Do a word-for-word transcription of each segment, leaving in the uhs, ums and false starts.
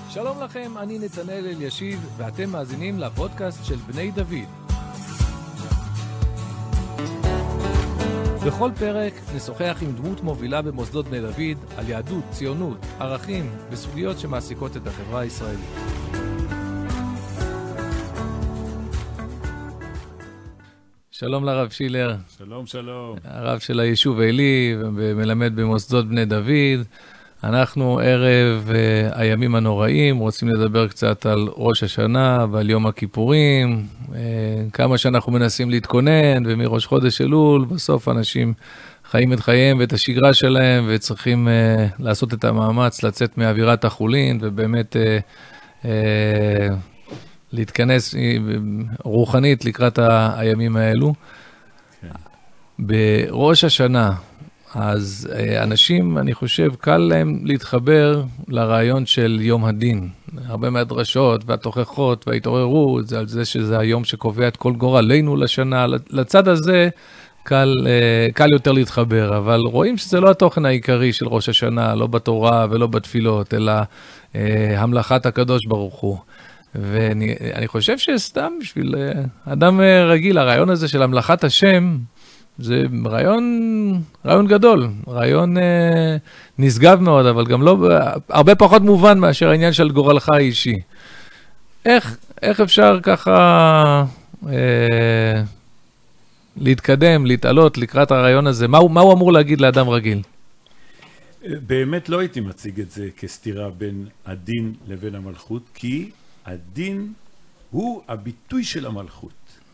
שלום לכם, אני נתנאל אלישיב, ואתם מאזינים לפודקאסט של בני דוד. בכל פרק נשוחח עם דמות מובילה במוסדות בני דוד על יהדות, ציונות, ערכים וסוגיות שמעסיקות את החברה הישראלית. שלום לרב שילר. שלום, שלום. הרב של היישוב עלי ומלמד במוסדות בני דוד. אנחנו ערב uh, הימים הנוראים, רוצים לדבר קצת על ראש השנה ועל יום הכיפורים, uh, כמה שאנחנו מנסים להתכונן, ומראש חודש אלול, בסוף אנשים חיים את חייהם ואת השגרה שלהם, וצריכים uh, לעשות את המאמץ לצאת מאווירת החולין, ובאמת uh, uh, להתכנס uh, רוחנית לקראת הימים האלו. כן. בראש השנה, אז אנשים, אני חושב, קל להם להתחבר לרעיון של יום הדין. הרבה מהדרשות והתוכחות וההתעוררות, זה על זה שזה היום שקובע את כל גורלנו לשנה. לצד הזה קל, קל יותר להתחבר, אבל רואים שזה לא התוכן העיקרי של ראש השנה, לא בתורה ולא בתפילות, אלא המלאכת הקדוש ברוך הוא. ואני אני חושב שסתם בשביל אדם רגיל, הרעיון הזה של המלאכת השם, זה רעיון, רעיון גדול, רעיון אה, נשגב מאוד, אבל גם לא, הרבה פחות מובן מאשר העניין של גורלך האישי. איך, איך אפשר ככה אה, להתקדם, להתעלות לקראת הרעיון הזה? מה, מה הוא אמור להגיד לאדם רגיל? באמת לא הייתי מציג את זה כסתירה בין הדין לבין המלכות, כי הדין הוא הביטוי של המלכות.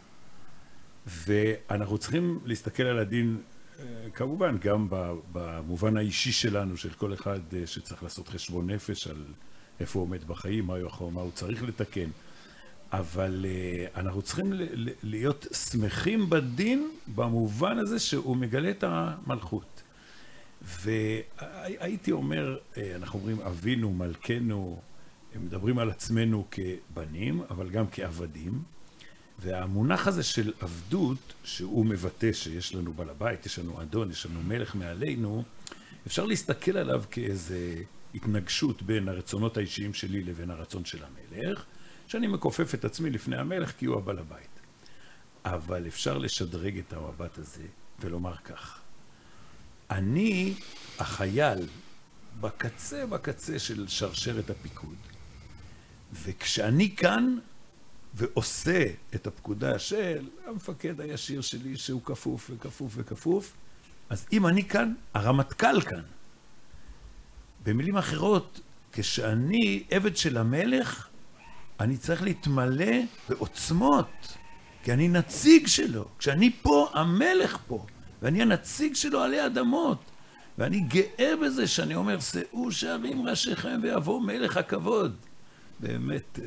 ואנחנו צריכים להסתכל על הדין, כמובן, גם במובן האישי שלנו, של כל אחד שצריך לעשות חשבון נפש על איפה הוא עומד בחיים, מה הוא יכול, מה הוא צריך לתקן. אבל אנחנו צריכים להיות שמחים בדין במובן הזה שהוא מגלה את המלכות. והייתי אומר, אנחנו אומרים אבינו, מלכנו, מדברים על עצמנו כבנים, אבל גם כעבדים. והמונח הזה של עבדות, שהוא מבטא שיש לנו בעל הבית, יש לנו אדון, יש לנו מלך מעלינו, אפשר להסתכל עליו כאיזה התנגשות בין הרצונות האישיים שלי לבין הרצון של המלך, שאני מכופף את עצמי לפני המלך כי הוא הבעל הבית. אבל אפשר לשדרג את המבט הזה ולומר כך. אני החייל בקצה בקצה של שרשרת הפיקוד, וכשאני כאן, ועושה את הפקודה של המפקד הישיר שלי שהוא כפוף וכפוף וכפוף, אז אם אני כאן, הרמטכ"ל כאן. במילים אחרות, כשאני עבד של המלך, אני צריך להתמלא בעוצמות, כי אני נציג שלו. כשאני פה, המלך פה, ואני הנציג שלו עלי אדמות, ואני גאה בזה שאני אומר, שאו שערים ראשיכם ויבוא מלך הכבוד. באמת,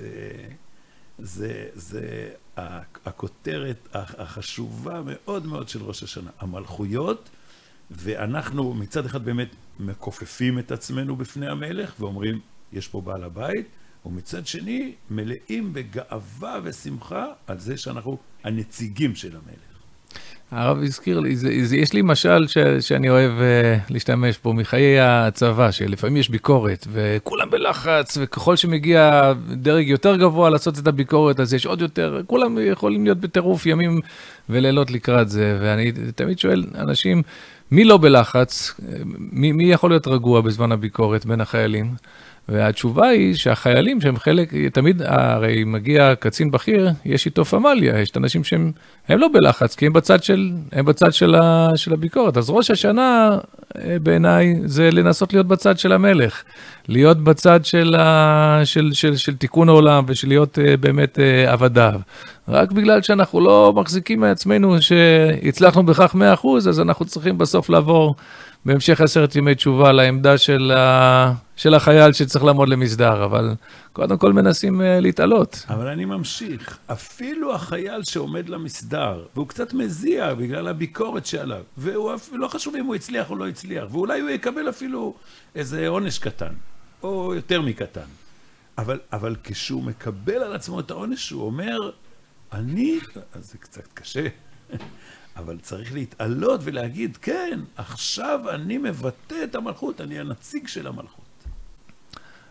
זה, זה הכותרת החשובה מאוד מאוד של ראש השנה. המלכויות, ואנחנו מצד אחד באמת מכופפים את עצמנו בפני המלך, ואומרים, יש פה בעל הבית, ומצד שני מלאים בגאווה ושמחה על זה שאנחנו הנציגים של המלך. הרב הזכיר לי, זה, זה, יש לי משל ש, שאני אוהב uh, להשתמש פה מחיי הצבא, שלפעמים יש ביקורת, וכולם בלחץ, וככל שמגיע דרג יותר גבוה לעשות את הביקורת, אז יש עוד יותר, כולם יכולים להיות בטירוף ימים ולילות לקראת זה, ואני תמיד שואל אנשים, מי לא בלחץ? מי, מי יכול להיות רגוע בזמן הביקורת בין החיילים? והתשובה היא שהחיילים שהם חלק, תמיד הרי מגיע קצין בכיר, יש איתו פמליה, יש את אנשים שהם הם לא בלחץ, כי הם בצד של, הם בצד של, ה, של הביקורת. אז ראש השנה בעיניי זה לנסות להיות בצד של המלך, להיות בצד של, ה, של, של, של תיקון העולם ושל להיות באמת עבדיו. רק בגלל שאנחנו לא מחזיקים מעצמנו שהצלחנו בכך מאה אחוז, אז אנחנו צריכים בסוף לעבור בהמשך עשרת ימי תשובה לעמדה של, ה... של החייל שצריך לעמוד למסדר, אבל קודם כל מנסים uh, להתעלות. אבל אני ממשיך, אפילו החייל שעומד למסדר, והוא קצת מזיע בגלל הביקורת שעליו, והוא אפילו לא חשוב אם הוא הצליח או לא הצליח, ואולי הוא יקבל אפילו איזה עונש קטן, או יותר מקטן. אבל, אבל כשהוא מקבל על עצמו את העונש, הוא אומר, אני, אז זה קצת קשה, אבל צריך להתעלות ולהגיד, כן, עכשיו אני מבטא את המלכות, אני הנציג של המלכות.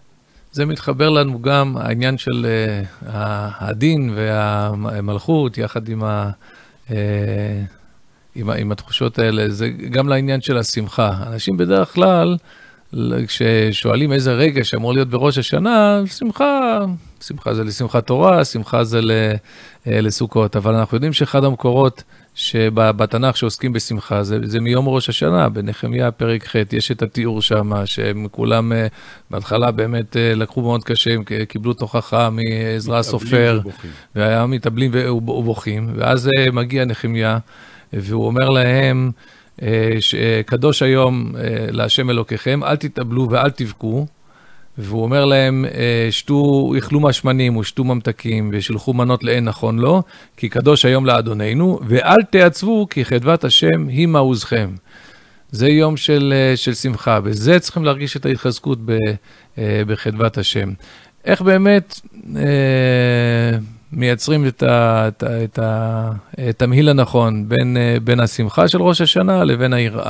זה מתחבר לנו גם העניין של uh, הדין והמלכות, יחד עם, ה, uh, עם, עם התחושות האלה, זה גם לעניין של השמחה. אנשים בדרך כלל, כששואלים איזה רגע שאמור להיות בראש השנה, שמחה, שמחה זה לשמחת תורה, שמחה זה לסוכות, אבל אנחנו יודעים שאחד המקורות שבתנ"ך שעוסקים בשמחה, זה, זה מיום ראש השנה, בנחמיה פרק ח', יש את התיאור שם, שהם כולם בהתחלה באמת לקחו מאוד קשה, הם קיבלו תוכחה מעזרא הסופר, והיה מתאבלים ובוכים, ואז מגיע נחמיה, והוא אומר להם, קדוש היום להשם אלוקיכם, אל תתאבלו ואל תבכו, והוא אומר להם, שתו, יאכלו משמנים ושתו ממתקים ושלחו מנות לאין נכון לו, כי קדוש היום לאדוננו, ואל תעצבו כי חדוות השם היא מעוזכם. זה יום של, של שמחה, בזה צריכים להרגיש את ההתחזקות בחדוות השם. איך באמת מייצרים את, ה, את, ה, את התמהיל הנכון בין, בין השמחה של ראש השנה לבין היראה?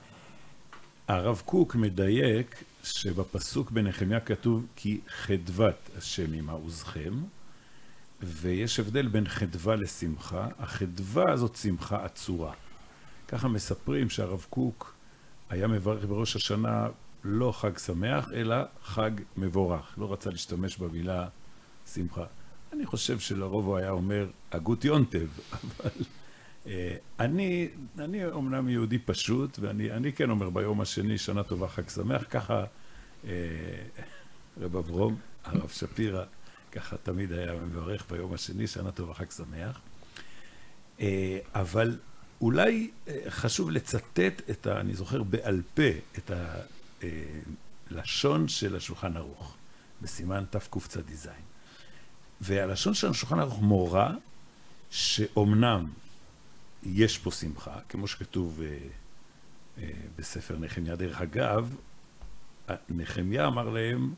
הרב קוק מדייק שבפסוק בנחמיה כתוב כי חדוות השם היא מעוזכם, ויש הבדל בין חדווה לשמחה. החדווה הזאת שמחה עצורה. ככה מספרים שהרב קוק היה מברך בראש השנה לא חג שמח, אלא חג מבורך. לא רצה להשתמש במילה שמחה. אני חושב שלרוב הוא היה אומר הגות יונטב, אבל אה, אני, אני אומנם יהודי פשוט, ואני אני כן אומר ביום השני שנה טובה חג שמח, ככה אה, רב אברום, הרב שפירא, ככה תמיד היה מברך ביום השני שנה טובה חג שמח. אה, אבל אולי אה, חשוב לצטט את ה, אני זוכר בעל פה, את הלשון של השולחן ערוך, בסימן תקצ"ז. והלשון של השולחן ערוך מורה שאומנם יש פה שמחה, כמו שכתוב אה, אה, בספר נחמיה. דרך אגב, נחמיה אמר להם,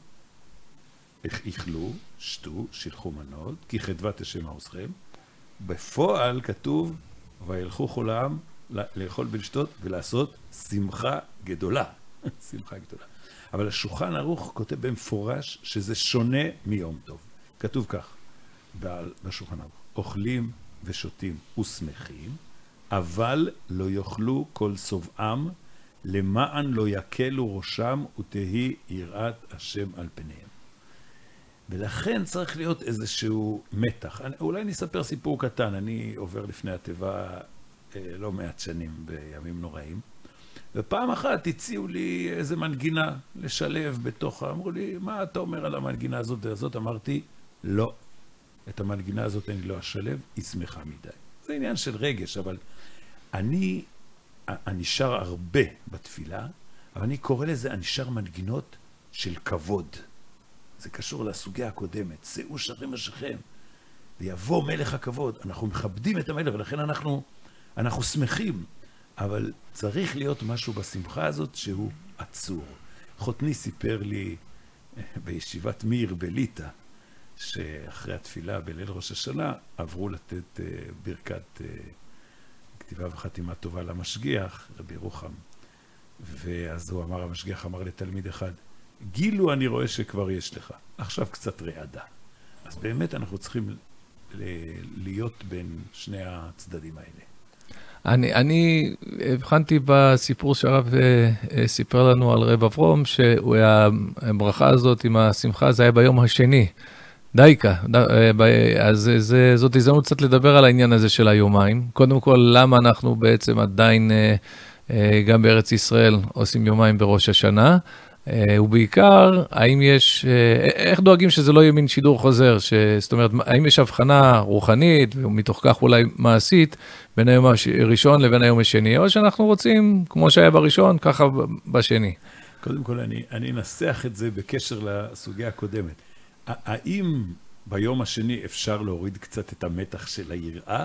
איכלו, שתו, שילחו מנות, כי חדוות השם מעוזכם. בפועל כתוב, וילכו כל העם לאכול ולשתות ולעשות שמחה גדולה. שמחה גדולה. אבל השולחן ערוך כותב במפורש שזה שונה מיום טוב. כתוב כך בשולחן ערוך, אוכלים ושותים ושמחים, אבל לא יאכלו כל שובעם, למען לא יקלו ראשם ותהי יראת השם על פניהם. ולכן צריך להיות איזשהו מתח. אני, אולי נספר סיפור קטן. אני עובר לפני התיבה אה, לא מעט שנים בימים נוראים, ופעם אחת הציעו לי איזה מנגינה לשלב בתוך, אמרו לי, מה אתה אומר על המנגינה הזאת והזאת? אמרתי, לא, את המנגינה הזאת אני לא אשלב, היא שמחה מדי. זה עניין של רגש, אבל אני, אני שר הרבה בתפילה, אבל אני קורא לזה, אני שר מנגינות של כבוד. זה קשור לסוגיה הקודמת, שאו שרים אשריכם, ויבוא מלך הכבוד. אנחנו מכבדים את המלך, ולכן אנחנו, אנחנו שמחים, אבל צריך להיות משהו בשמחה הזאת שהוא עצור. חותני סיפר לי בישיבת מיר בליטא, שאחרי התפילה בליל ראש השנה עברו לתת ברכת כתיבה וחתימה טובה למשגיח, רבי רוחם. ואז הוא אמר, המשגיח אמר לתלמיד אחד, גילו אני רואה שכבר יש לך, עכשיו קצת רעדה. אז באמת אנחנו צריכים להיות בין שני הצדדים האלה. אני, אני הבחנתי בסיפור שהרב סיפר לנו על רב אברום, שהברכה הזאת עם השמחה, זה היה ביום השני. דייקה, אז זה, זאת הזדמנות קצת לדבר על העניין הזה של היומיים. קודם כל, למה אנחנו בעצם עדיין גם בארץ ישראל עושים יומיים בראש השנה, ובעיקר, האם יש, איך דואגים שזה לא יהיה מין שידור חוזר, ש, זאת אומרת, האם יש הבחנה רוחנית, ומתוך כך אולי מעשית, בין היום הראשון לבין היום השני, או שאנחנו רוצים, כמו שהיה בראשון, ככה בשני. קודם כל, אני, אני אנסח את זה בקשר לסוגיה הקודמת. האם ביום השני אפשר להוריד קצת את המתח של היראה?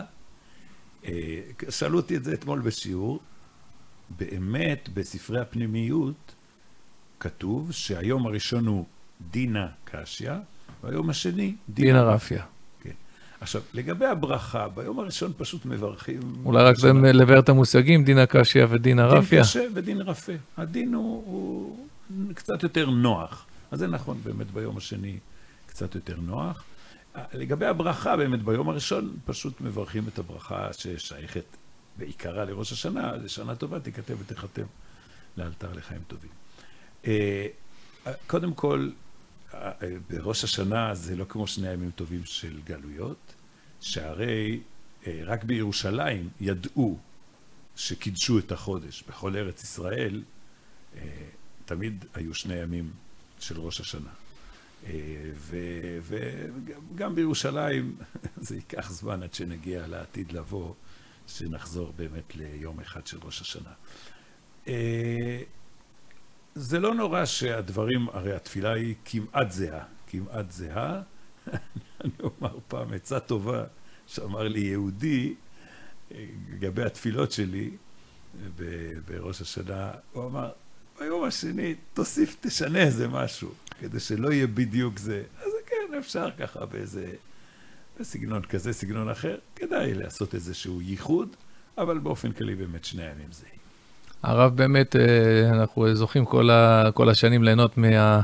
שאלו אותי את זה אתמול בשיעור. באמת, בספרי הפנימיות, כתוב שהיום הראשון הוא דינה קשיא, והיום השני דינה רפיה. כן. עכשיו, לגבי הברכה, ביום הראשון פשוט מברכים... אולי רק לבאר את המושגים, דינה קשיא ודינה רפיה. דין קשה ודין רפה. הדין הוא, הוא קצת יותר נוח. אז זה נכון, באמת ביום השני קצת יותר נוח. לגבי הברכה, באמת ביום הראשון פשוט מברכים את הברכה ששייכת בעיקרה לראש השנה, זה שנה טובה, תיכתב ותחתם לאלתר לחיים טובים. קודם כל, בראש השנה זה לא כמו שני ימים טובים של גלויות, שהרי רק בירושלים ידעו שקידשו את החודש. בכל ארץ ישראל תמיד היו שני ימים של ראש השנה. וגם בירושלים זה ייקח זמן עד שנגיע לעתיד לבוא, שנחזור באמת ליום אחד של ראש השנה. זה לא נורא שהדברים, הרי התפילה היא כמעט זהה, כמעט זהה. אני אומר פעם, עצה טובה שאמר לי יהודי, לגבי התפילות שלי בראש השנה, הוא אמר, ביום השני תוסיף, תשנה איזה משהו, כדי שלא יהיה בדיוק זה. אז כן, אפשר ככה באיזה סגנון כזה, סגנון אחר, כדאי לעשות איזשהו ייחוד, אבל באופן כללי באמת שני ימים זה. הרב, באמת, אנחנו זוכים כל, ה, כל השנים ליהנות מה...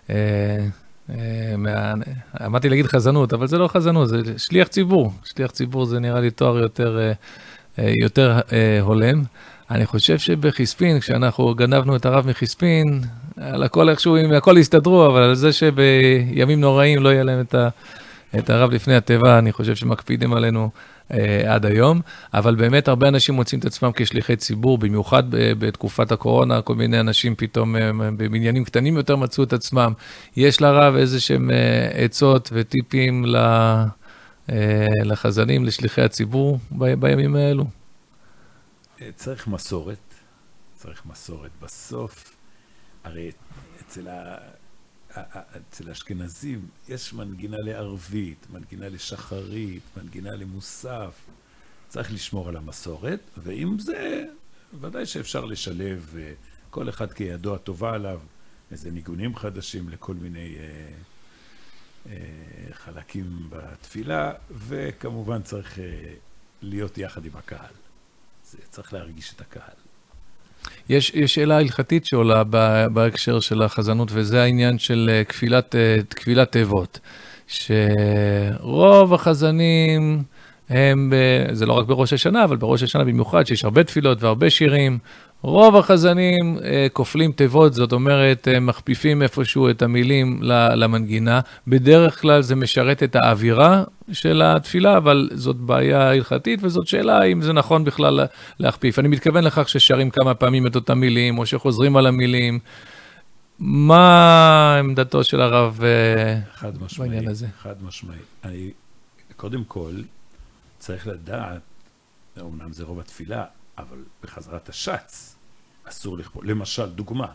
מה... אמרתי להגיד חזנות, אבל זה לא חזנות, זה שליח ציבור. שליח ציבור זה נראה לי תואר יותר, יותר הולם. אני חושב שבחיספין, כשאנחנו גנבנו את הרב מחיספין, על הכל איכשהו, אם הכל הסתדרו, אבל על זה שבימים נוראים לא יהיה להם את, ה, את הרב לפני הטבע, אני חושב שמקפידים עלינו אה, עד היום. אבל באמת הרבה אנשים מוצאים את עצמם כשליחי ציבור, במיוחד בתקופת הקורונה, כל מיני אנשים פתאום אה, בבניינים קטנים יותר מצאו את עצמם. יש לרב איזה שהם אה, עצות וטיפים ל, אה, לחזנים, לשליחי הציבור ב, בימים האלו? צריך מסורת, צריך מסורת. בסוף, הרי אצל, ה... אצל האשכנזים יש מנגינה לערבית, מנגינה לשחרית, מנגינה למוסף. צריך לשמור על המסורת, ועם זה ודאי שאפשר לשלב כל אחד כידו הטובה עליו, איזה ניגונים חדשים לכל מיני אה, אה, חלקים בתפילה, וכמובן צריך אה, להיות יחד עם הקהל. צריך להרגיש את הקהל. יש, יש שאלה הלכתית שעולה בהקשר של החזנות, וזה העניין של כפילת, כפילת תיבות. שרוב החזנים הם, זה לא רק בראש השנה, אבל בראש השנה במיוחד, שיש הרבה תפילות והרבה שירים, רוב החזנים כופלים תיבות, זאת אומרת, מכפיפים איפשהו את המילים למנגינה. בדרך כלל זה משרת את האווירה של התפילה, אבל זאת בעיה הלכתית, וזאת שאלה אם זה נכון בכלל להכפיף. אני מתכוון לכך ששרים כמה פעמים את אותם מילים, או שחוזרים על המילים. מה עמדתו של הרב בעניין הזה? חד משמעי. אני, קודם כל, צריך לדעת, אומנם זה רוב התפילה, אבל בחזרת השץ אסור לכפול. למשל, דוגמה,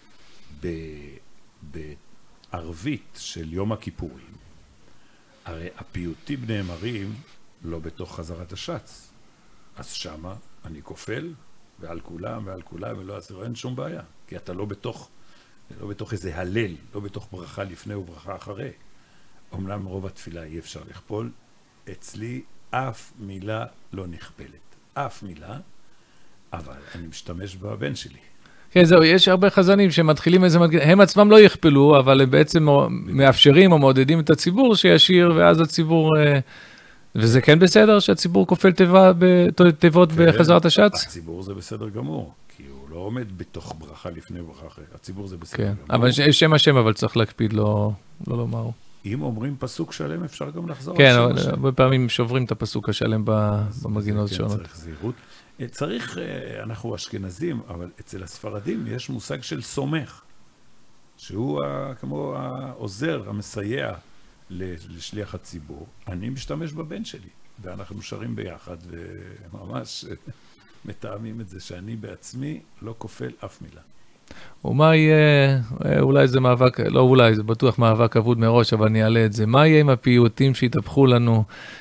בערבית של יום הכיפורים, הרי הפיוטים נאמרים לא בתוך חזרת השץ. אז שמה אני כופל, ועל כולם, ועל כולם, ולא אסור, אין שום בעיה. כי אתה לא בתוך, לא בתוך איזה הלל, לא בתוך ברכה לפני וברכה אחרי. אומנם רוב התפילה אי אפשר לכפול, אצלי אף מילה לא נכפלת. אף מילה, אבל אני משתמש בבן שלי. כן, זהו, יש הרבה חזנים שמתחילים איזה מנגינה, הם עצמם לא יכפלו, אבל הם בעצם מאפשרים או מעודדים את הציבור שישיר, ואז הציבור, וזה כן בסדר שהציבור כופל תיבות בחזרת השץ? הציבור זה בסדר גמור, כי הוא לא עומד בתוך ברכה לפני וברכה אחרי, הציבור זה בסדר כן, גמור. אבל שם השם, אבל צריך להקפיד לא לומר. אם אומרים פסוק שלם, אפשר גם לחזור כן, על שם השם. כן, הרבה פעמים שוברים את הפסוק השלם במגינות שונות. כן, צריך זהירות. צריך, אנחנו אשכנזים, אבל אצל הספרדים יש מושג של סומך, שהוא כמו העוזר, המסייע לשליח הציבור. אני משתמש בבן שלי, ואנחנו שרים ביחד, וממש מתאמים את זה שאני בעצמי לא כופל אף מילה. ומה יהיה, אולי זה מאבק, לא אולי, זה בטוח מאבק אבוד מראש, אבל אני אעלה את זה. מה יהיה עם הפיוטים שהתהפכו לנו,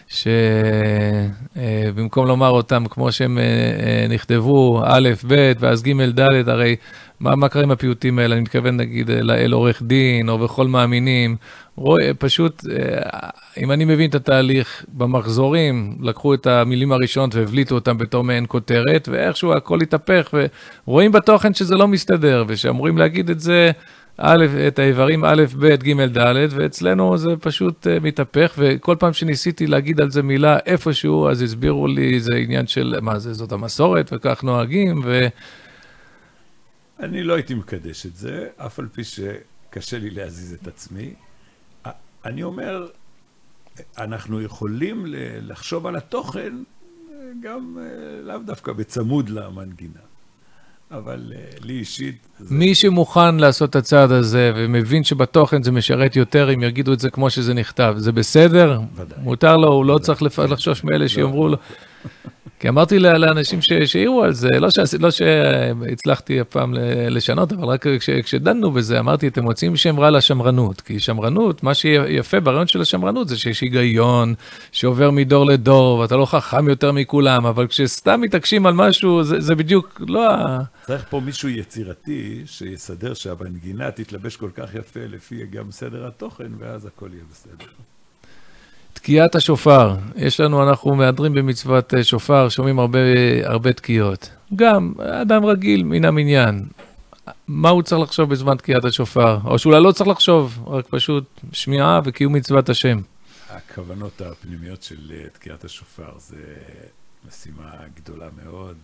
שבמקום לומר אותם כמו שהם נכתבו, א', ב', ואז ג', ד', הרי מה, מה קרה עם הפיוטים האלה? אני מתכוון, נגיד, לאל עורך דין, או בכל מאמינים. רואה, פשוט, אם אני מבין את התהליך, במחזורים, לקחו את המילים הראשונות והבליטו אותם בתור מעין כותרת, ואיכשהו הכל התהפך, ורואים בתוכן שזה לא מסתדר, ושאמורים להגיד את זה א', את האיברים א', ב', ג', ד', ואצלנו זה פשוט uh, מתהפך, וכל פעם שניסיתי להגיד על זה מילה איפשהו, אז הסבירו לי, זה עניין של, מה זה, זאת המסורת, וכך נוהגים, ו... אני לא הייתי מקדש את זה, אף על פי שקשה לי להזיז את עצמי. אני אומר, אנחנו יכולים לחשוב על התוכן, גם לאו דווקא בצמוד למנגינה. אבל לי אישית... מי שמוכן לעשות את הצעד הזה ומבין שבתוכן זה משרת יותר, אם יגידו את זה כמו שזה נכתב, זה בסדר? ודאי. מותר לו, הוא לא צריך לחשוש מאלה שיאמרו לו. כי אמרתי לאנשים שהעירו על זה, לא, ש... לא שהצלחתי הפעם לשנות, אבל רק כש... כשדנו בזה, אמרתי, אתם מוצאים שם רע לשמרנות, כי שמרנות, מה שיפה ברעיון של השמרנות זה שיש היגיון, שעובר מדור לדור, ואתה לא חכם יותר מכולם, אבל כשסתם מתעקשים על משהו, זה, זה בדיוק לא... צריך פה מישהו יצירתי שיסדר שהמנגינה תתלבש כל כך יפה לפי גם סדר התוכן, ואז הכל יהיה בסדר. תקיעת השופר, יש לנו, אנחנו מאדרים במצוות שופר, שומעים הרבה, הרבה תקיעות. גם אדם רגיל מן המניין. מה הוא צריך לחשוב בזמן תקיעת השופר? או שאולי לא צריך לחשוב, רק פשוט שמיעה וקיום מצוות השם. הכוונות הפנימיות של תקיעת השופר זה משימה גדולה מאוד.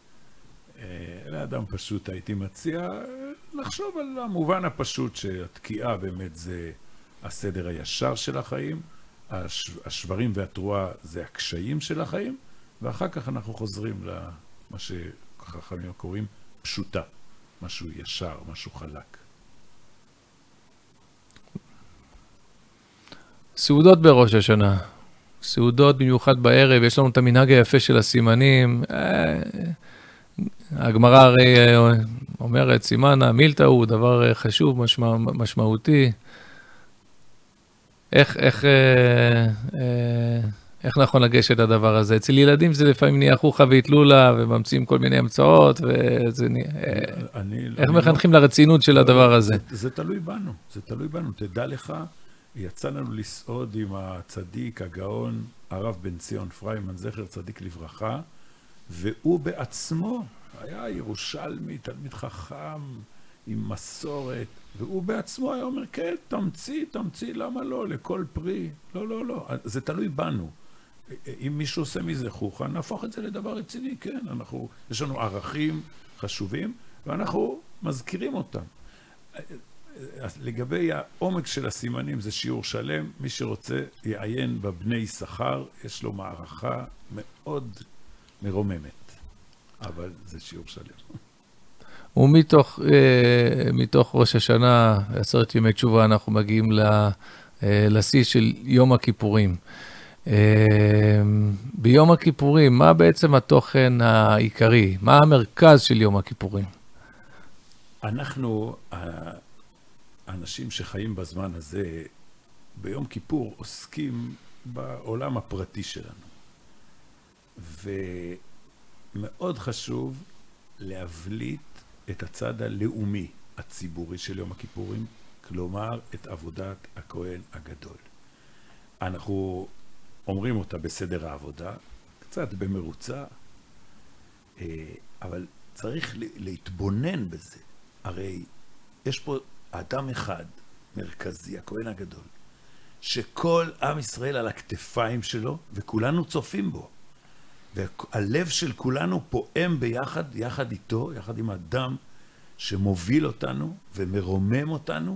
לאדם פשוט הייתי מציע לחשוב על המובן הפשוט שהתקיעה באמת זה הסדר הישר של החיים, השברים והתרועה זה הקשיים של החיים, ואחר כך אנחנו חוזרים למה שחכמים קוראים פשוטה, משהו ישר, משהו חלק. סעודות בראש השנה, סעודות במיוחד בערב, יש לנו את המנהג היפה של הסימנים, הגמרא הרי אומרת, סימנה, מילתא הוא דבר חשוב, משמע, משמעותי, איך, איך, אה, אה, איך נכון לגשת לדבר הזה? אצל ילדים זה לפעמים נהיה חוכה והתלולה, וממציאים כל מיני המצאות, וזה נהיה... אני, איך אני מחנכים לא... לרצינות של הדבר הזה? זה, זה תלוי בנו, זה תלוי בנו. תדע לך, יצא לנו לסעוד עם הצדיק, הגאון, הרב בן ציון פריימן, זכר צדיק לברכה, והוא בעצמו היה ירושלמי, תלמיד חכם, עם מסורת, והוא בעצמו היה אומר, כן, תמציא, תמציא, למה לא, לכל פרי. לא, לא, לא, זה תלוי בנו. אם מישהו עושה מזה חוכה, נהפוך את זה לדבר רציני, כן, אנחנו, יש לנו ערכים חשובים, ואנחנו מזכירים אותם. לגבי העומק של הסימנים, זה שיעור שלם, מי שרוצה יעיין בבני שכר, יש לו מערכה מאוד מרוממת, אבל זה שיעור שלם. ומתוך אה, מתוך ראש השנה, עשרת ימי תשובה, אנחנו מגיעים לשיא של יום הכיפורים. אה, ביום הכיפורים, מה בעצם התוכן העיקרי? מה המרכז של יום הכיפורים? אנחנו, האנשים שחיים בזמן הזה, ביום כיפור עוסקים בעולם הפרטי שלנו. ומאוד חשוב להבליט את הצד הלאומי הציבורי של יום הכיפורים, כלומר את עבודת הכהן הגדול. אנחנו אומרים אותה בסדר העבודה, קצת במרוצה, אבל צריך להתבונן בזה. הרי יש פה אדם אחד מרכזי, הכהן הגדול, שכל עם ישראל על הכתפיים שלו, וכולנו צופים בו. והלב של כולנו פועם ביחד, יחד איתו, יחד עם אדם שמוביל אותנו ומרומם אותנו,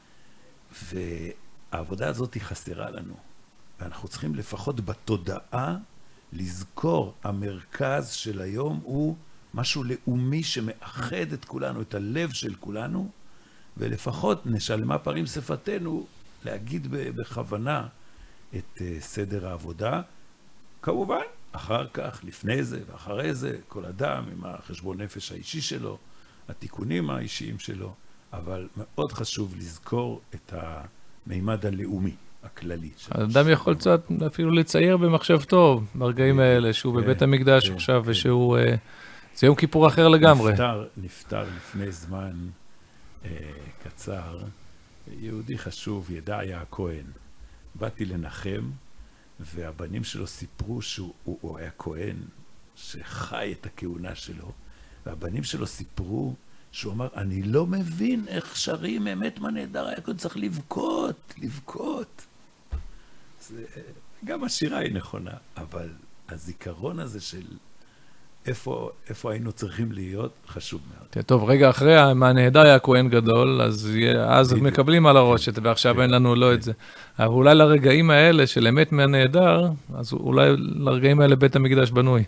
והעבודה הזאת היא חסרה לנו. ואנחנו צריכים לפחות בתודעה לזכור, המרכז של היום הוא משהו לאומי שמאחד את כולנו, את הלב של כולנו, ולפחות נשלמה פרים שפתנו להגיד בכוונה את סדר העבודה. כמובן, אחר כך, לפני זה ואחרי זה, כל אדם עם החשבון נפש האישי שלו, התיקונים האישיים שלו, אבל מאוד חשוב לזכור את המימד הלאומי, הכללי. האדם יכול קצת אפילו לצייר במחשבתו ברגעים האלה, שהוא בבית המקדש עכשיו, ושהוא... זה יום כיפור אחר לגמרי. נפטר, נפטר לפני זמן קצר, יהודי חשוב, ידעיה הכהן. באתי לנחם, והבנים שלו סיפרו שהוא הוא, הוא היה כהן שחי את הכהונה שלו, והבנים שלו סיפרו שהוא אמר, אני לא מבין איך שרים אמת מה נהדר, היה כאן צריך לבכות, לבכות. זה, גם השירה היא נכונה, אבל הזיכרון הזה של איפה, איפה היינו צריכים להיות, חשוב מאוד. טוב, רגע אחרי, מה נהדר היה כהן גדול, אז, אז מקבלים על הראש, ועכשיו אין לנו לא את זה. אבל אולי לרגעים האלה של אמת מהנהדר, אז אולי לרגעים האלה בית המקדש בנוי.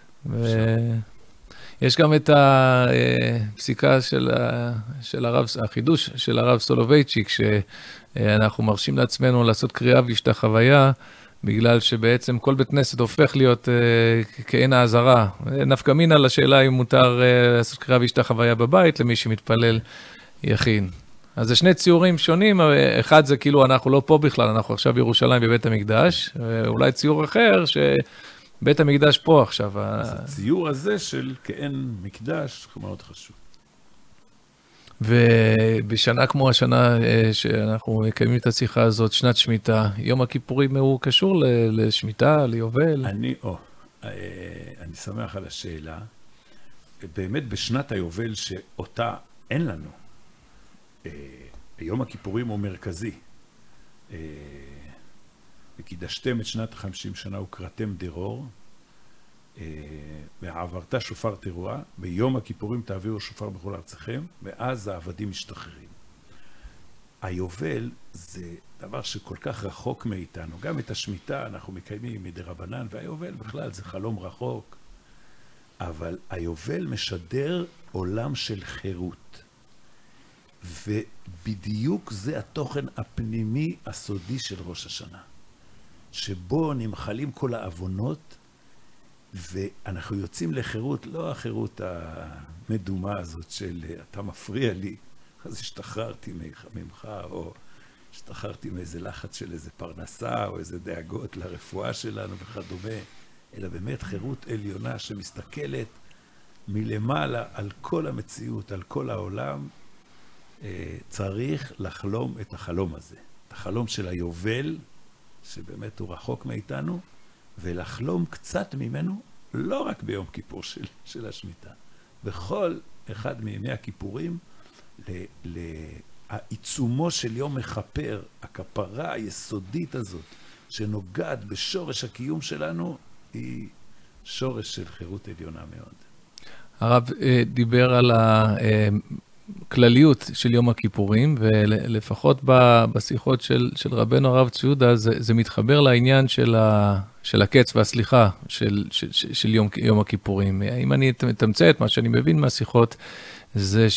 יש גם את הפסיקה של, של הרב, החידוש של הרב סולובייצ'יק, שאנחנו מרשים לעצמנו לעשות קריאה והשתחוויה, בגלל שבעצם כל בית כנסת הופך להיות uh, כעין העזרה. נפקא מינה לשאלה אם מותר uh, לעשות קריאה והשתחוויה בבית, למי שמתפלל יכין. אז זה שני ציורים שונים, אחד זה כאילו אנחנו לא פה בכלל, אנחנו עכשיו בירושלים בבית המקדש, ואולי ציור אחר שבית המקדש פה עכשיו. אז הציור הזה של כעין מקדש מאוד חשוב. ובשנה כמו השנה שאנחנו מקיימים את השיחה הזאת, שנת שמיטה, יום הכיפורים הוא קשור לשמיטה, ליובל? אני, או, אני שמח על השאלה. באמת בשנת היובל שאותה אין לנו, יום הכיפורים הוא מרכזי. וקידשתם את שנת חמישים שנה וקראתם דרור, ועברת שופר תרועה, ביום הכיפורים תעבירו שופר בכל ארציכם, ואז העבדים משתחררים. היובל זה דבר שכל כך רחוק מאיתנו, גם את השמיטה אנחנו מקיימים מדי רבנן, והיובל בכלל זה חלום רחוק, אבל היובל משדר עולם של חירות, ובדיוק זה התוכן הפנימי הסודי של ראש השנה, שבו נמחלים כל העוונות, ואנחנו יוצאים לחירות, לא החירות המדומה הזאת של אתה מפריע לי, אז השתחררתי ממך, או השתחררתי מאיזה לחץ של איזה פרנסה, או איזה דאגות לרפואה שלנו וכדומה, אלא באמת חירות עליונה שמסתכלת מלמעלה על כל המציאות, על כל העולם. צריך לחלום את החלום הזה, את החלום של היובל, שבאמת הוא רחוק מאיתנו, ולחלום קצת ממנו, לא רק ביום כיפור של, של השמיטה, בכל אחד מימי הכיפורים, לעיצומו של יום מחפר, הכפרה היסודית הזאת, שנוגעת בשורש הקיום שלנו, היא שורש של חירות עליונה מאוד. הרב דיבר על הכלליות של יום הכיפורים, ולפחות בשיחות של, של רבנו הרב צבי יהודה, זה, זה מתחבר לעניין של, ה, של הקץ והסליחה של, של, של יום, יום הכיפורים. אם אני מתמצת, מה שאני מבין מהשיחות, זה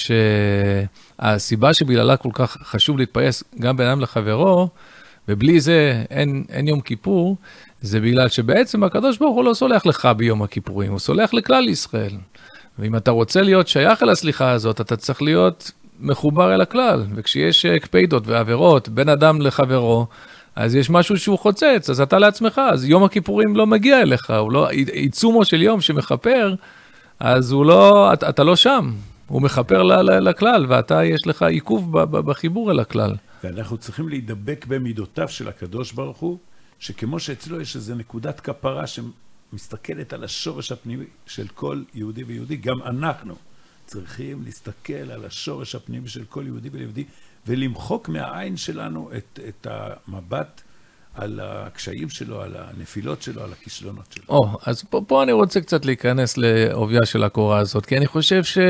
שהסיבה שבגללה כל כך חשוב להתפייס גם בין אדם לחברו, ובלי זה אין, אין יום כיפור, זה בגלל שבעצם הקדוש ברוך הוא לא סולח לך ביום הכיפורים, הוא סולח לכלל ישראל. ואם אתה רוצה להיות שייך אל הסליחה הזאת, אתה צריך להיות מחובר אל הכלל. וכשיש קפידות ועבירות בין אדם לחברו, אז יש משהו שהוא חוצץ, אז אתה לעצמך, אז יום הכיפורים לא מגיע אליך, הוא לא, עיצומו של יום שמחפר, אז הוא לא, אתה, אתה לא שם, הוא מחפר ל, ל, לכלל, ואתה יש לך עיכוב ב, ב, בחיבור אל הכלל. ואנחנו צריכים להידבק במידותיו של הקדוש ברוך הוא, שכמו שאצלו יש איזו נקודת כפרה שמסתכלת על השורש הפנימי של כל יהודי ויהודי, גם אנחנו צריכים להסתכל על השורש הפנימי של כל יהודי ויהודי, ולמחוק מהעין שלנו את, את המבט על הקשיים שלו, על הנפילות שלו, על הכישלונות שלו. או, אז פה, פה אני רוצה קצת להיכנס לעוביה של הקורה הזאת, כי אני חושב ש...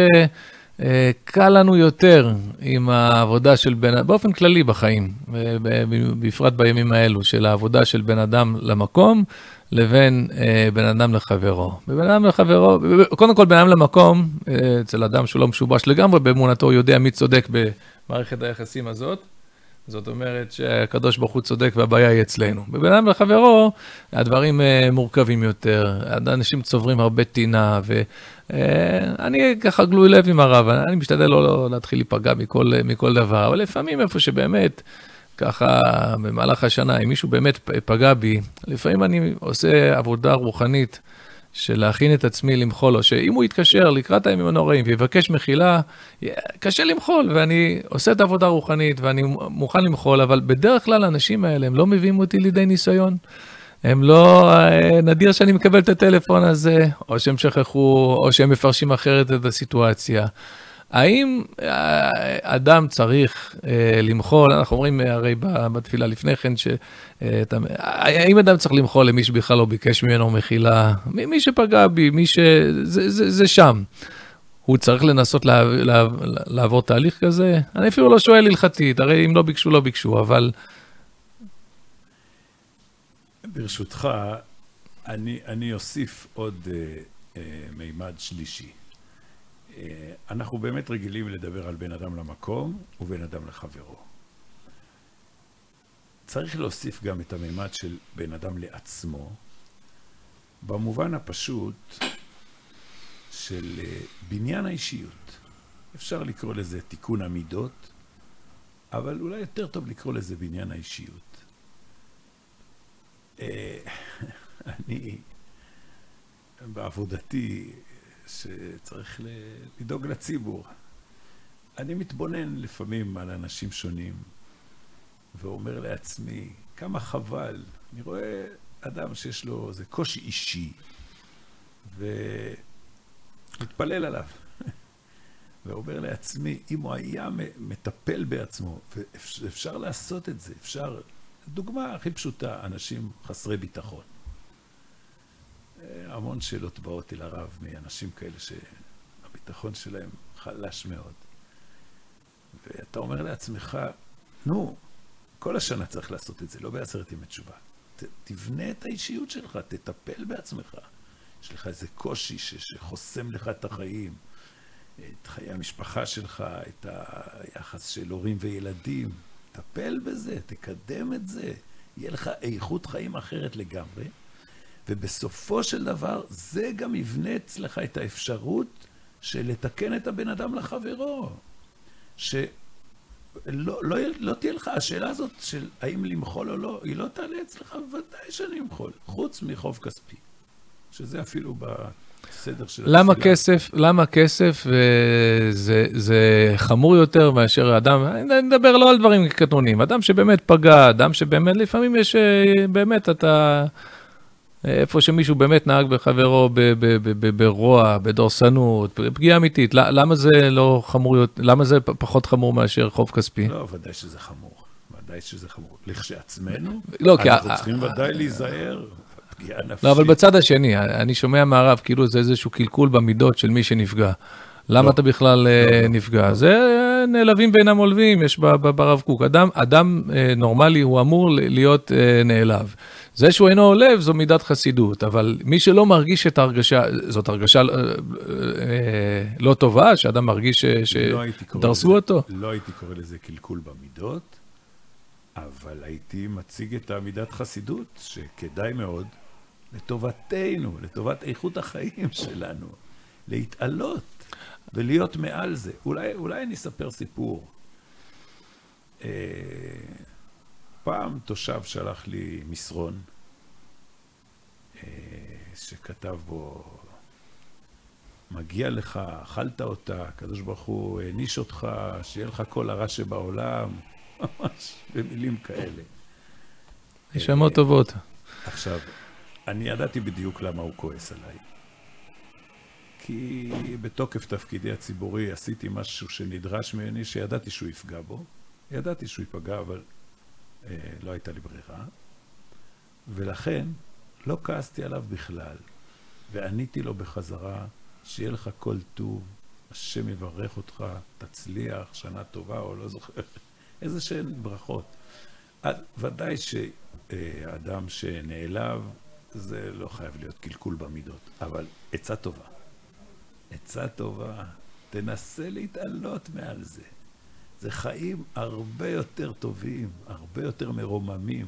קל לנו יותר עם העבודה של בן, באופן כללי בחיים, בפרט בימים האלו, של העבודה של בן אדם למקום, לבין בן אדם לחברו. בבן אדם לחברו, קודם כל בן אדם למקום, אצל אדם שהוא לא משובש לגמרי, באמונתו הוא יודע מי צודק במערכת היחסים הזאת, זאת אומרת שהקדוש ברוך הוא צודק והבעיה היא אצלנו. בבן אדם לחברו, הדברים מורכבים יותר, אנשים צוברים הרבה טינה, ואני ככה גלוי לב עם הרב, אני משתדל לא להתחיל להיפגע מכל, מכל דבר, אבל לפעמים איפה שבאמת, ככה במהלך השנה, אם מישהו באמת פגע בי, לפעמים אני עושה עבודה רוחנית, של להכין את עצמי למחול, או שאם הוא יתקשר לקראת הימים הנוראים ויבקש מחילה, קשה למחול, ואני עושה את העבודה הרוחנית, ואני מוכן למחול, אבל בדרך כלל האנשים האלה, הם לא מביאים אותי לידי ניסיון, הם לא, נדיר שאני מקבל את הטלפון הזה, או שהם שכחו, או שהם מפרשים אחרת את הסיטואציה. האם אדם צריך למחול, אנחנו אומרים הרי בתפילה לפני כן, האם אדם צריך למחול למי שבכלל לא ביקש ממנו מחילה, מי שפגע בי, מי ש... זה, זה, זה שם. הוא צריך לנסות לעבור תהליך כזה? אני אפילו לא שואל הלכתית, הרי אם לא ביקשו, לא ביקשו, אבל... ברשותך, אני, אני אוסיף עוד uh, uh, מימד שלישי. Uh, אנחנו באמת רגילים לדבר על בן אדם למקום ובן אדם לחברו. צריך להוסיף גם את המימד של בן אדם לעצמו, במובן הפשוט של uh, בניין האישיות. אפשר לקרוא לזה תיקון המידות, אבל אולי יותר טוב לקרוא לזה בניין האישיות. אני, בעבודתי, שצריך לדאוג לציבור, אני מתבונן לפעמים על אנשים שונים, ואומר לעצמי, כמה חבל, אני רואה אדם שיש לו איזה קושי אישי, ומתפלל עליו, ואומר לעצמי, אם הוא היה מטפל בעצמו, ואפשר לעשות את זה, אפשר... דוגמה הכי פשוטה, אנשים חסרי ביטחון. המון שאלות באות אל הרב מאנשים כאלה שהביטחון שלהם חלש מאוד. ואתה אומר לעצמך, נו, כל השנה צריך לעשות את זה, לא בעשרת ימי תשובה. ת, תבנה את האישיות שלך, תטפל בעצמך. יש לך איזה קושי ש, שחוסם לך את החיים, את חיי המשפחה שלך, את היחס של הורים וילדים. טפל בזה, תקדם את זה, יהיה לך איכות חיים אחרת לגמרי, ובסופו של דבר זה גם יבנה אצלך את האפשרות של לתקן את הבן אדם לחברו, שלא לא, לא, לא תהיה לך, השאלה הזאת של האם למחול או לא, היא לא תעלה אצלך, ודאי שאני אמחול, חוץ מחוב כספי, שזה אפילו בסדר של למה התפילה. כסף, למה כסף, וזה, זה חמור יותר מאשר אדם, אני מדבר לא על דברים קטנונים, אדם שבאמת פגע, אדם שבאמת, לפעמים יש, באמת אתה, איפה שמישהו באמת נהג בחברו ברוע, בדורסנות, פגיעה אמיתית, למה זה לא חמור יותר, למה זה פחות חמור מאשר חוב כספי? לא, ודאי שזה חמור, ודאי שזה חמור. לכשעצמנו, לא, אנחנו צריכים ודאי להיזהר. לא, אבל בצד השני, אני שומע מהרב, כאילו זה איזשהו קלקול במידות של מי שנפגע. למה אתה בכלל נפגע? זה נעלבים ואינם עולבים, יש ברב קוק. אדם נורמלי הוא אמור להיות נעלב. זה שהוא אינו עולב זו מידת חסידות, אבל מי שלא מרגיש את ההרגשה, זאת הרגשה לא טובה, שאדם מרגיש שדרסו אותו. לא הייתי קורא לזה קלקול במידות, אבל הייתי מציג את המידת חסידות, שכדאי מאוד לטובתנו, לטובת איכות החיים שלנו, להתעלות ולהיות מעל זה. אולי, אולי אני אספר סיפור. אה, פעם תושב שלח לי מסרון, אה, שכתב בו, מגיע לך, אכלת אותה, הקדוש ברוך הוא העניש אותך, שיהיה לך כל הרע שבעולם, ממש במילים כאלה. נשמות טובות. עכשיו, אני ידעתי בדיוק למה הוא כועס עליי. כי בתוקף תפקידי הציבורי עשיתי משהו שנדרש ממני, שידעתי שהוא יפגע בו. ידעתי שהוא ייפגע, אבל אה, לא הייתה לי ברירה. ולכן לא כעסתי עליו בכלל. ועניתי לו בחזרה, שיהיה לך כל טוב, השם יברך אותך, תצליח, שנה טובה או לא זוכר. איזה שהן ברכות. אז ודאי שאדם שנעלב, זה לא חייב להיות קלקול במידות, אבל עצה טובה. עצה טובה, תנסה להתעלות מעל זה. זה חיים הרבה יותר טובים, הרבה יותר מרוממים.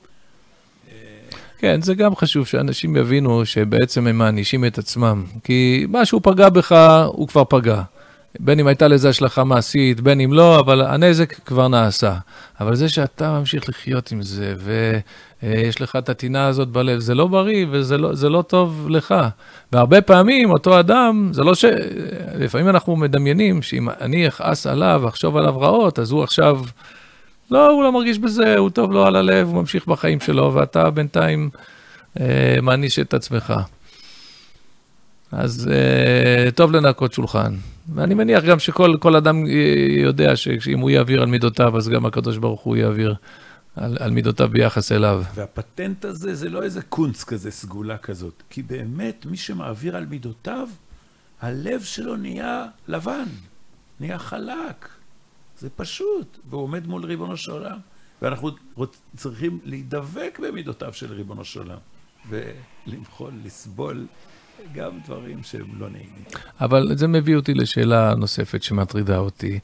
כן, זה גם חשוב שאנשים יבינו שבעצם הם מענישים את עצמם, כי מה שהוא פגע בך, הוא כבר פגע. בין אם הייתה לזה השלכה מעשית, בין אם לא, אבל הנזק כבר נעשה. אבל זה שאתה ממשיך לחיות עם זה, ויש לך את הטינה הזאת בלב, זה לא בריא וזה לא, זה לא טוב לך. והרבה פעמים אותו אדם, זה לא ש... לפעמים אנחנו מדמיינים שאם אני אכעס עליו, אחשוב עליו רעות, אז הוא עכשיו... לא, הוא לא מרגיש בזה, הוא טוב לו על הלב, הוא ממשיך בחיים שלו, ואתה בינתיים אה, מעניש את עצמך. אז אה, טוב לנקות שולחן. ואני מניח גם שכל כל אדם יודע שאם הוא יעביר על מידותיו, אז גם הקדוש ברוך הוא יעביר על, על מידותיו ביחס אליו. והפטנט הזה זה לא איזה קונץ כזה, סגולה כזאת, כי באמת מי שמעביר על מידותיו, הלב שלו נהיה לבן, נהיה חלק. זה פשוט, והוא עומד מול ריבונו של עולם, ואנחנו צריכים להידבק במידותיו של ריבונו של עולם, ולמחול, לסבול גם דברים שהם לא נעימים. אבל זה מביא אותי לשאלה נוספת שמטרידה אותי.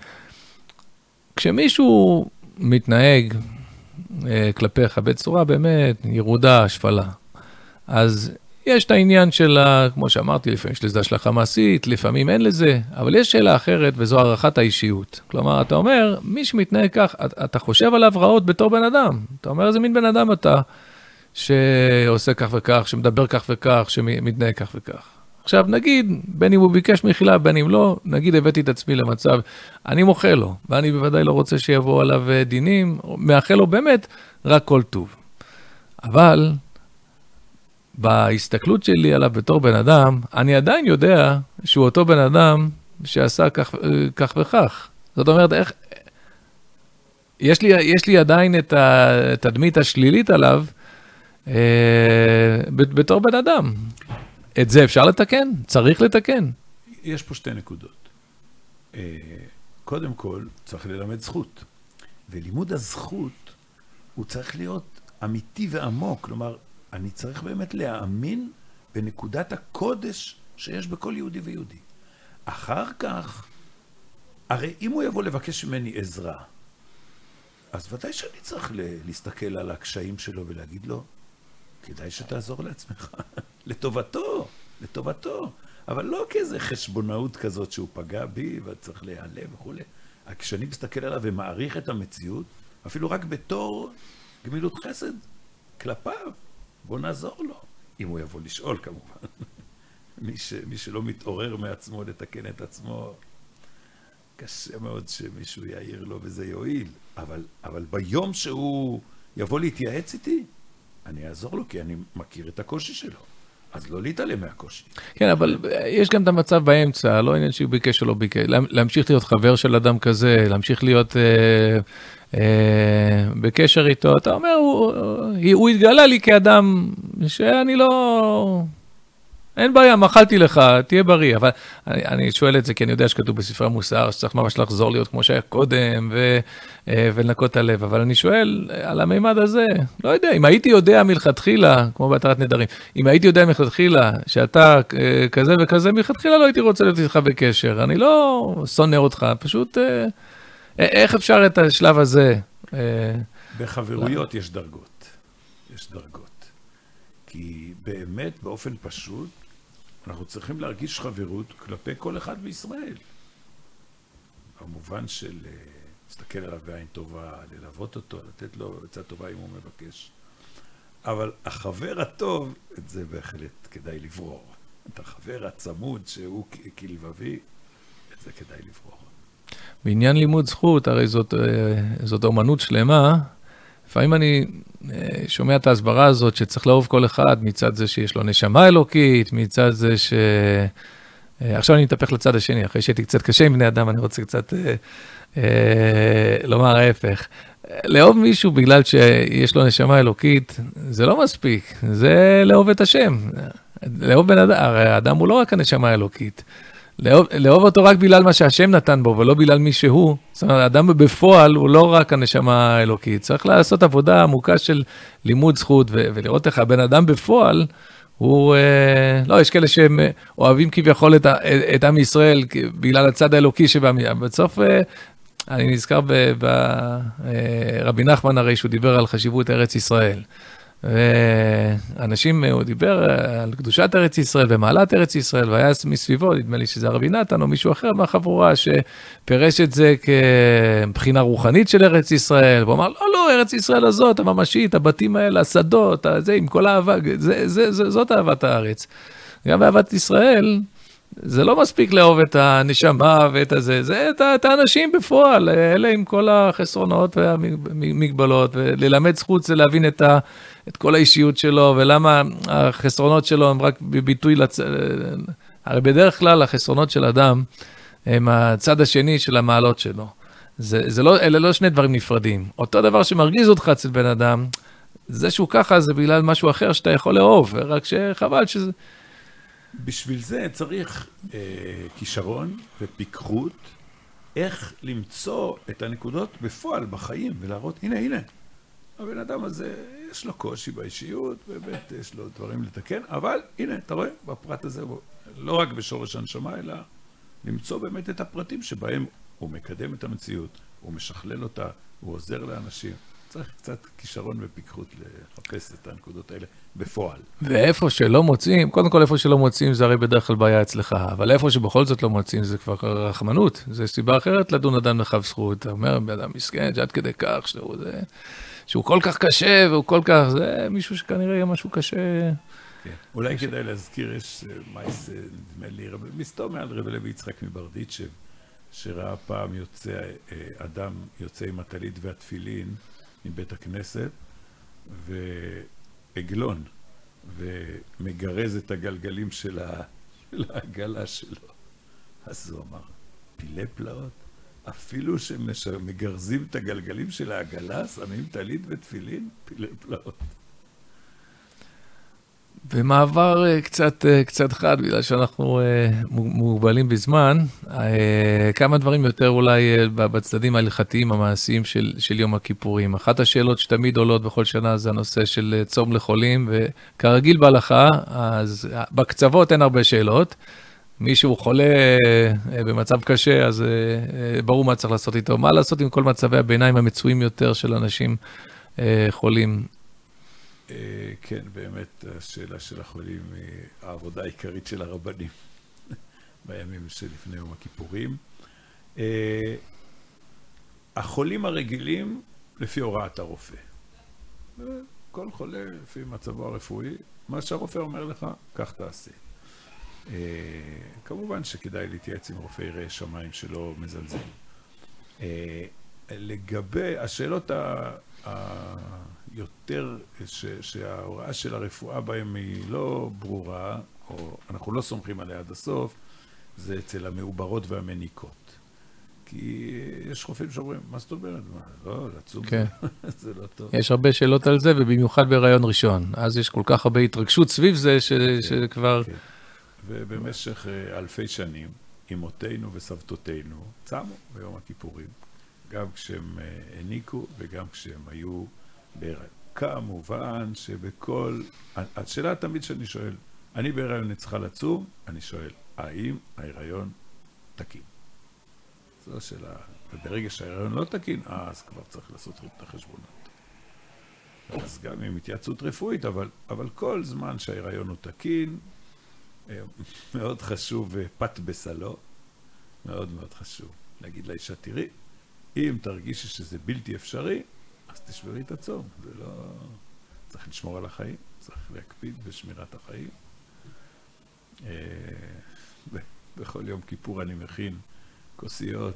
כשמישהו מתנהג כלפיך בצורה באמת ירודה, השפלה, אז יש את העניין של, כמו שאמרתי, לפעמים יש לזה השלכה מעשית, לפעמים אין לזה, אבל יש שאלה אחרת, וזו הערכת האישיות. כלומר, אתה אומר, מי שמתנהג כך, אתה חושב עליו רעות בתור בן אדם. אתה אומר, איזה מין בן אדם אתה, שעושה כך וכך, שמדבר כך וכך, שמתנהג כך וכך. עכשיו, נגיד, בין אם הוא ביקש מחילה, בין אם לא, נגיד, הבאתי את עצמי למצב, אני מוחה לו, ואני בוודאי לא רוצה שיבוא עליו דינים, מאחל לו באמת רק כל טוב. אבל בהסתכלות שלי עליו בתור בן אדם, אני עדיין יודע שהוא אותו בן אדם שעשה כך, כך וכך. זאת אומרת, איך, יש לי, יש לי עדיין את התדמית השלילית עליו, אה, בתור בן אדם. את זה אפשר לתקן? צריך לתקן. יש פה שתי נקודות. קודם כל, צריך ללמד זכות. ולימוד הזכות, הוא צריך להיות אמיתי ועמוק. כלומר, אני צריך באמת להאמין בנקודת הקודש שיש בכל יהודי ויהודי. אחר כך, הרי אם הוא יבוא לבקש ממני עזרה, אז ודאי שאני צריך להסתכל על הקשיים שלו ולהגיד לו, כדאי שתעזור לעצמך, לטובתו, לטובתו, אבל לא כאיזה חשבונאות כזאת שהוא פגע בי וצריך להיעלם וכו'. כשאני מסתכל עליו ומעריך את המציאות, אפילו רק בתור גמילות חסד כלפיו, בוא נעזור לו, אם הוא יבוא לשאול כמובן. מי, ש, מי שלא מתעורר מעצמו לתקן את עצמו, קשה מאוד שמישהו יעיר לו וזה יועיל, אבל, אבל ביום שהוא יבוא להתייעץ איתי, אני אעזור לו, כי אני מכיר את הקושי שלו. אז לא להתעלם מהקושי. כן, אבל יש גם את המצב באמצע, לא עניין שהוא ביקש או לא ביקש. להמשיך להיות חבר של אדם כזה, להמשיך להיות אה, אה, בקשר איתו. אתה אומר, הוא, הוא התגלה לי כאדם שאני לא... אין בעיה, מחלתי לך, תהיה בריא. אבל אני, אני שואל את זה, כי אני יודע שכתוב בספרי המוסר, שצריך ממש לחזור להיות כמו שהיה קודם, ו, ולנקות את הלב. אבל אני שואל על המימד הזה, לא יודע, אם הייתי יודע מלכתחילה, כמו בהתרת נדרים, אם הייתי יודע מלכתחילה, שאתה כזה וכזה, מלכתחילה לא הייתי רוצה להיות איתך בקשר. אני לא שונא אותך, פשוט, איך אפשר את השלב הזה? בחברויות יש דרגות. יש דרגות. כי באמת, באופן פשוט, אנחנו צריכים להרגיש חברות כלפי כל אחד בישראל. במובן של להסתכל עליו בעין טובה, ללוות אותו, לתת לו עצה טובה אם הוא מבקש. אבל החבר הטוב, את זה בהחלט כדאי לברור. את החבר הצמוד שהוא כלבבי, את זה כדאי לברור. בעניין לימוד זכות, הרי זאת, זאת אומנות שלמה. לפעמים אני שומע את ההסברה הזאת שצריך לאהוב כל אחד מצד זה שיש לו נשמה אלוקית, מצד זה ש... עכשיו אני מתהפך לצד השני, אחרי שהייתי קצת קשה עם בני אדם, אני רוצה קצת אה, אה, לומר ההפך. לאהוב מישהו בגלל שיש לו נשמה אלוקית, זה לא מספיק, זה לאהוב את השם. לאהוב בן אדם, הרי האדם הוא לא רק הנשמה האלוקית. לאהוב, לאהוב אותו רק בגלל מה שהשם נתן בו, ולא בגלל מי שהוא. זאת אומרת, האדם בפועל הוא לא רק הנשמה האלוקית. צריך לעשות עבודה עמוקה של לימוד זכות, ו- ולראות איך הבן אדם בפועל, הוא, אה, לא, יש כאלה שהם אוהבים כביכול את, את עם ישראל, בגלל הצד האלוקי שבה, בסוף, אה, אני נזכר ברבי נחמן הרי, שהוא דיבר על חשיבות ארץ ישראל. ואנשים, הוא דיבר על קדושת ארץ ישראל ומעלת ארץ ישראל, והיה מסביבו, נדמה לי שזה הרבי נתן או מישהו אחר מהחבורה, שפרש את זה כבחינה רוחנית של ארץ ישראל, והוא אמר, לא, לא, ארץ ישראל הזאת, הממשית, הבתים האלה, השדות, זה, עם כל האהבה, זה, זה, זה, זאת אהבת הארץ. גם באהבת ישראל, זה לא מספיק לאהוב את הנשמה ואת הזה, זה את, את האנשים בפועל, אלה עם כל החסרונות והמגבלות, וללמד זכות זה להבין את, ה, את כל האישיות שלו, ולמה החסרונות שלו הם רק בביטוי, לצ... הרי בדרך כלל החסרונות של אדם, הם הצד השני של המעלות שלו. זה, זה לא, אלה לא שני דברים נפרדים. אותו דבר שמרגיז אותך אצל בן אדם, זה שהוא ככה זה בגלל משהו אחר שאתה יכול לאהוב, רק שחבל שזה... בשביל זה צריך אה, כישרון ופיקחות, איך למצוא את הנקודות בפועל בחיים, ולהראות, הנה, הנה, הבן אדם הזה, יש לו קושי באישיות, באמת יש לו דברים לתקן, אבל הנה, אתה רואה, בפרט הזה, לא רק בשורש הנשמה, אלא למצוא באמת את הפרטים שבהם הוא מקדם את המציאות, הוא משכלל אותה, הוא עוזר לאנשים. צריך קצת כישרון ופיקחות לחפש את הנקודות האלה בפועל. ואיפה שלא מוצאים, קודם כל איפה שלא מוצאים זה הרי בדרך כלל בעיה אצלך, אבל איפה שבכל זאת לא מוצאים זה כבר רחמנות, זה סיבה אחרת לדון אדם לחב זכות, אתה אומר, אדם מסכן, שעד כדי כך, שהוא, זה, שהוא כל כך קשה והוא כל כך, זה מישהו שכנראה יהיה משהו קשה. כן. אולי כדאי להזכיר, יש מייס, נדמה לי, מסתום על רבי לוי יצחק מברדיצ'ב, שראה פעם יוצא, אדם יוצא עם הטלית והתפילין מבית הכנסת, ועגלון, ומגרז את הגלגלים של העגלה שלו. אז הוא אמר, פילי פלאות, אפילו שמגרזים את הגלגלים של העגלה, שמים טלית ותפילין, פילי פלאות. במעבר קצת, קצת חד, בגלל שאנחנו מוגבלים בזמן, כמה דברים יותר אולי בצדדים ההלכתיים המעשיים של, של יום הכיפורים. אחת השאלות שתמיד עולות בכל שנה זה הנושא של צום לחולים, וכרגיל בהלכה, אז בקצוות אין הרבה שאלות. מישהו חולה במצב קשה, אז ברור מה צריך לעשות איתו. מה לעשות עם כל מצבי הביניים המצויים יותר של אנשים חולים? כן, באמת, השאלה של החולים היא העבודה העיקרית של הרבנים בימים שלפני יום הכיפורים. החולים הרגילים לפי הוראת הרופא. כל חולה לפי מצבו הרפואי, מה שהרופא אומר לך, כך תעשה. כמובן שכדאי להתייעץ עם רופא ירא שמיים שלא מזלזל. לגבי השאלות ה... יותר ש, שההוראה של הרפואה בהם היא לא ברורה, או אנחנו לא סומכים עליה עד הסוף, זה אצל המעוברות והמניקות. כי יש רופאים שאומרים, מה זאת אומרת? מה? לא, לצום כן. זה לא טוב. יש הרבה שאלות על זה, ובמיוחד בהיריון ראשון. אז יש כל כך הרבה התרגשות סביב זה, ש, כן, שכבר... כן. ובמשך אלפי שנים, אמותינו וסבתותינו צמו ביום הכיפורים, גם כשהם הניקו וגם כשהם היו בהיריון. כמובן שבכל... השאלה תמיד שאני שואל, אני בהיריון אני צריכה לצום, אני שואל, האם ההיריון תקין? זו השאלה. וברגע שההיריון לא תקין, אז כבר צריך לעשות את החשבונות. אז גם עם התייעצות רפואית, אבל, אבל כל זמן שההיריון הוא תקין, מאוד חשוב פת בסלו, מאוד מאוד חשוב. להגיד לאישה, תראי, אם תרגישי שזה בלתי אפשרי, אז תשברי את הצום. זה לא... צריך לשמור על החיים, צריך להקפיד בשמירת החיים. בכל יום כיפור אני מכין כוסיות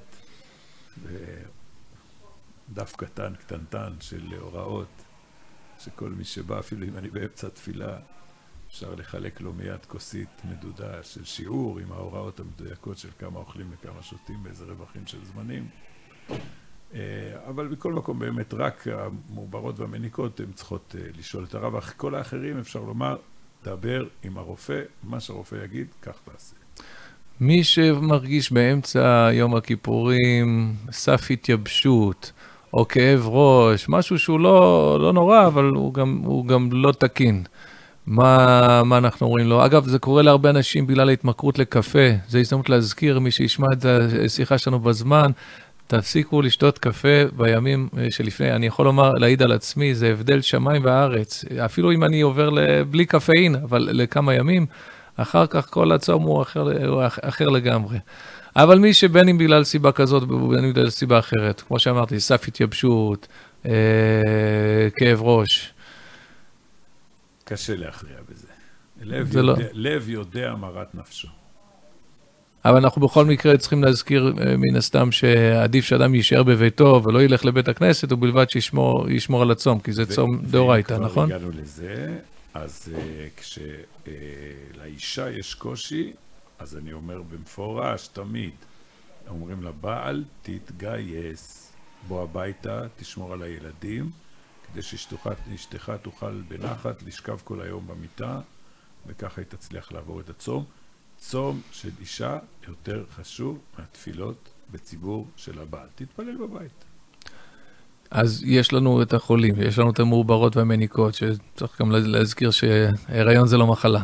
ודף קטן, קטנטן של הוראות, שכל מי שבא, אפילו אם אני באמצע תפילה, אפשר לחלק לו מיד כוסית מדודה של שיעור עם ההוראות המדויקות של כמה אוכלים וכמה שותים באיזה רווחים של זמנים. אבל בכל מקום באמת רק המעוברות והמניקות הן צריכות לשאול את הרב. אך כל האחרים אפשר לומר, דבר עם הרופא, מה שהרופא יגיד, כך תעשה. מי שמרגיש באמצע יום הכיפורים סף התייבשות או כאב ראש, משהו שהוא לא, לא נורא, אבל הוא גם, הוא גם לא תקין. מה, מה אנחנו אומרים לו? אגב, זה קורה להרבה אנשים בגלל ההתמכרות לקפה. זה הזדמנות להזכיר, מי שישמע את השיחה שלנו בזמן, תפסיקו לשתות קפה בימים שלפני. אני יכול לומר, להעיד על עצמי, זה הבדל שמיים וארץ. אפילו אם אני עובר בלי קפאין, אבל לכמה ימים, אחר כך כל הצום הוא אחר, הוא אחר לגמרי. אבל מי שבין אם בגלל סיבה כזאת, בין אם בגלל סיבה אחרת, כמו שאמרתי, סף התייבשות, אה, כאב ראש. קשה להכריע בזה. לב יודע, לא. לב יודע מרת נפשו. אבל אנחנו בכל מקרה צריכים להזכיר מן הסתם שעדיף שאדם יישאר בביתו ולא ילך לבית הכנסת, ובלבד שישמור, ישמור על הצום, כי זה ו- צום דאורייתא, נכון? וכבר הגענו לזה, אז uh, כשלאישה uh, יש קושי, אז אני אומר במפורש תמיד, אומרים לבעל, תתגייס, בוא הביתה, תשמור על הילדים, כדי שאשתך תוכל בנחת לשכב כל היום במיטה, וככה היא תצליח לעבור את הצום. צום של אישה יותר חשוב מהתפילות בציבור של הבעל. תתפלל בבית. אז יש לנו את החולים, יש לנו את המעוברות והמניקות, שצריך גם להזכיר שהיריון זה לא מחלה.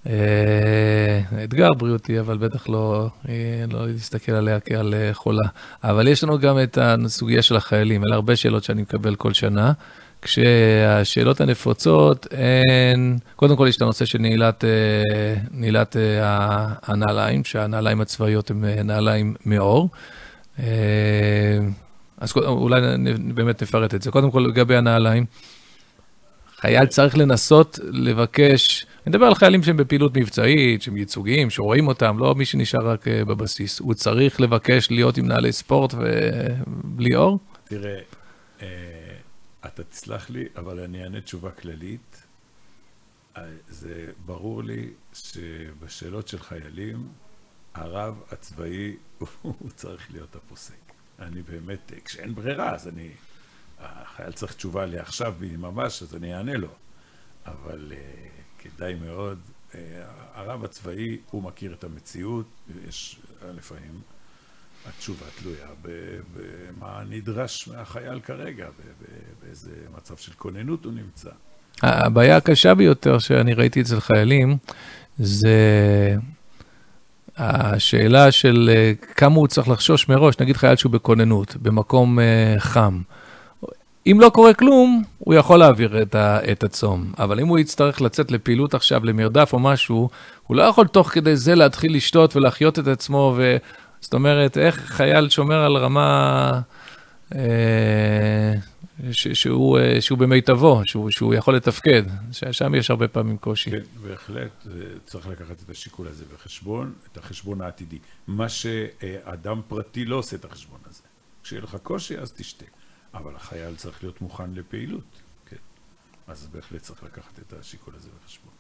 אתגר בריאותי, אבל בטח לא, לא להסתכל עליה כעל חולה. אבל יש לנו גם את הסוגיה של החיילים, אלה הרבה שאלות שאני מקבל כל שנה, כשהשאלות הנפוצות הן, קודם כל יש את הנושא של נעילת, נעילת הנעליים, שהנעליים הצבאיות הן נעליים מאור. אז אולי באמת נפרט את זה. קודם כל לגבי הנעליים, חייל צריך לנסות לבקש, אני מדבר על חיילים שהם בפעילות מבצעית, שהם ייצוגיים, שרואים אותם, לא מי שנשאר רק בבסיס. הוא צריך לבקש להיות עם נעלי ספורט ובלי אור? תראה, אתה תסלח לי, אבל אני אענה תשובה כללית. זה ברור לי שבשאלות של חיילים, הרב הצבאי הוא צריך להיות הפוסק. אני באמת, כשאין ברירה, אז אני, החייל צריך תשובה לי עכשיו ממש, אז אני אענה לו. אבל uh, כדאי מאוד, uh, הרב הצבאי, הוא מכיר את המציאות, ויש לפעמים, התשובה תלויה במה נדרש מהחייל כרגע, באיזה מצב של כוננות הוא נמצא. הבעיה הקשה ביותר שאני ראיתי אצל חיילים, זה השאלה של כמה הוא צריך לחשוש מראש, נגיד חייל שהוא בכוננות, במקום חם. אם לא קורה כלום, הוא יכול להעביר את, ה, את הצום. אבל אם הוא יצטרך לצאת לפעילות עכשיו, למרדף או משהו, הוא לא יכול תוך כדי זה להתחיל לשתות ולהחיות את עצמו. ו... זאת אומרת, איך חייל שומר על רמה אה, ש, שהוא, אה, שהוא במיטבו, שהוא, שהוא יכול לתפקד. שם יש הרבה פעמים קושי. כן, בהחלט צריך לקחת את השיקול הזה בחשבון, את החשבון העתידי. מה שאדם פרטי לא עושה את החשבון הזה. כשיהיה לך קושי, אז תשתה. אבל החייל צריך להיות מוכן לפעילות, כן. אז בהחלט צריך לקחת את השיקול הזה בחשבון.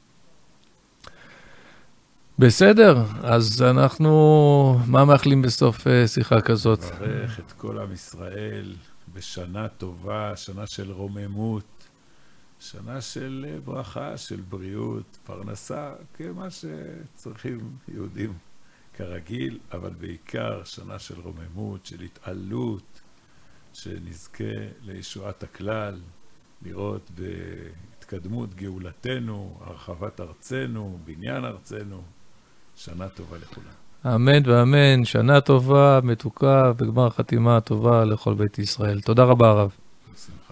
בסדר, אז אנחנו, מה מאחלים בסוף שיחה כזאת? ברך את כל עם ישראל בשנה טובה, שנה של רוממות, שנה של ברכה, של בריאות, פרנסה, כמה שצריכים יהודים כרגיל, אבל בעיקר שנה של רוממות, של התעלות, שנזכה לישועת הכלל, לראות בהתקדמות גאולתנו, הרחבת ארצנו, בניין ארצנו, שנה טובה לכולם. אמן ואמן, שנה טובה, מתוקה, וגמר חתימה טובה לכל בית ישראל. תודה רבה הרב. בשמחה.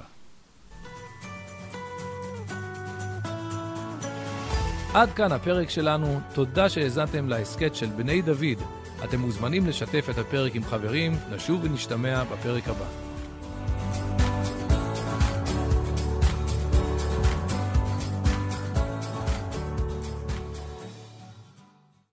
עד כאן הפרק שלנו, תודה שהאזנתם להסכת של בני דוד. אתם מוזמנים לשתף את הפרק עם חברים, נשוב ונשתמע בפרק הבא.